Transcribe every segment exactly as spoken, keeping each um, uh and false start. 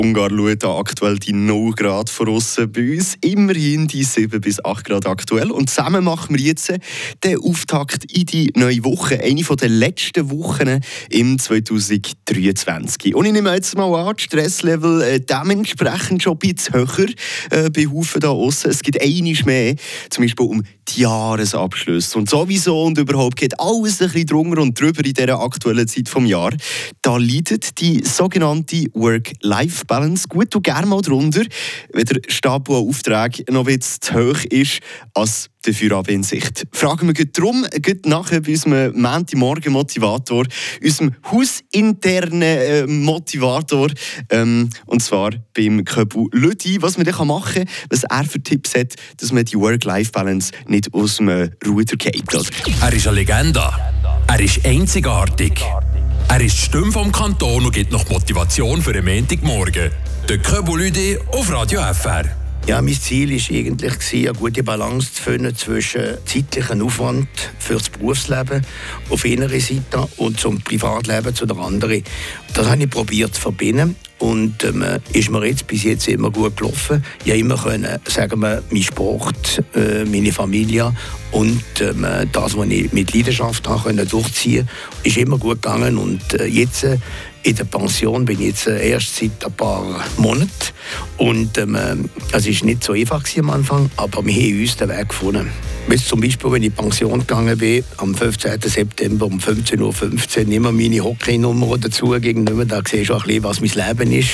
Ungarn schaut aktuell die null Grad voraus. Bei uns immerhin die sieben bis acht Grad aktuell. Und zusammen machen wir jetzt den Auftakt in die neue Woche. Eine der letzten Wochen im zwanzig dreiundzwanzig. Und ich nehme jetzt mal an, das Stresslevel äh, dementsprechend schon ein bisschen höher äh, bei Haufen da aussen. Es gibt einiges mehr, zum Beispiel um die Jahresabschlüsse. Und sowieso und überhaupt geht alles ein bisschen drunter und drüber in dieser aktuellen Zeit des Jahres. Da leidet die sogenannte Work-Life-Balance gut und gerne mal drunter, wenn der Stapel an Aufträgen noch ein bisschen zu hoch ist als der Feierabend in Sicht. Fragen wir darum nachher bei unserem Montagmorgen-Motivator, unserem hausinternen äh, Motivator, ähm, und zwar beim Köbu Lüdi, was man dann machen kann, was er für Tipps hat, dass man die Work-Life-Balance nicht aus dem Ruder geht. Er ist eine Legende. Er ist einzigartig. Er ist die Stimme vom Kanton und gibt noch Motivation für den Montagmorgen. Der Köbu Lüdi auf Radio F R. Ja, mein Ziel war eigentlich, eine gute Balance zu finden zwischen zeitlichem Aufwand für das Berufsleben auf einer Seite und zum Privatleben zu der anderen. Das habe ich probiert zu verbinden und ähm, ist mir jetzt bis jetzt immer gut gelaufen. Ich konnte immer können, sagen wir, mein Sport, äh, meine Familie und ähm, das, was ich mit Leidenschaft habe, können durchziehen konnte, ist immer gut gegangen. Und äh, jetzt äh, in der Pension bin ich jetzt äh, erst seit ein paar Monaten. Und ähm, es war nicht so einfach am Anfang, aber wir haben uns den Weg gefunden. Bis zum Beispiel, wenn ich in Pension gegangen bin, am fünfzehnten September um fünfzehn Uhr fünfzehn, immer meine Hockeynummer dazu gegenüber. Da siehst du auch ein bisschen, was mein Leben ist.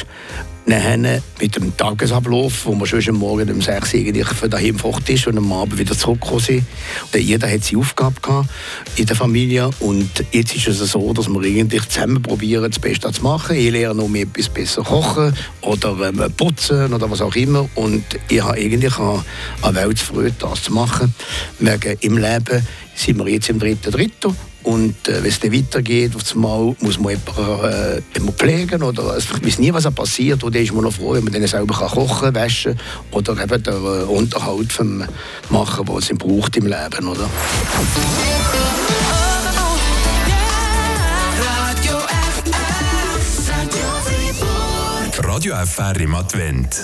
Dann mit dem Tagesablauf, wo man schon am Morgen um sechs Uhr eigentlich von daheim fort ist und am Abend wieder zurückgekommen sind. Jeder hat seine Aufgabe gehabt in der Familie und jetzt ist es so, dass wir eigentlich zusammen probieren, das Beste zu machen. Ich lerne noch etwas besser kochen oder ähm, putzen oder was auch immer und ich habe eigentlich eine, eine Weltfreude, das zu machen. Wegen im Leben sind wir jetzt im dritten Drittel. Und äh, wenn es dann weitergeht, auf einmal muss man jemanden äh, pflegen oder es weiß nie, was passiert. Oder ist man noch froh, wenn man dann selber kann kochen, waschen oder eben den äh, Unterhalt vom machen, was es braucht im Leben. Oder? Radio F R im Advent.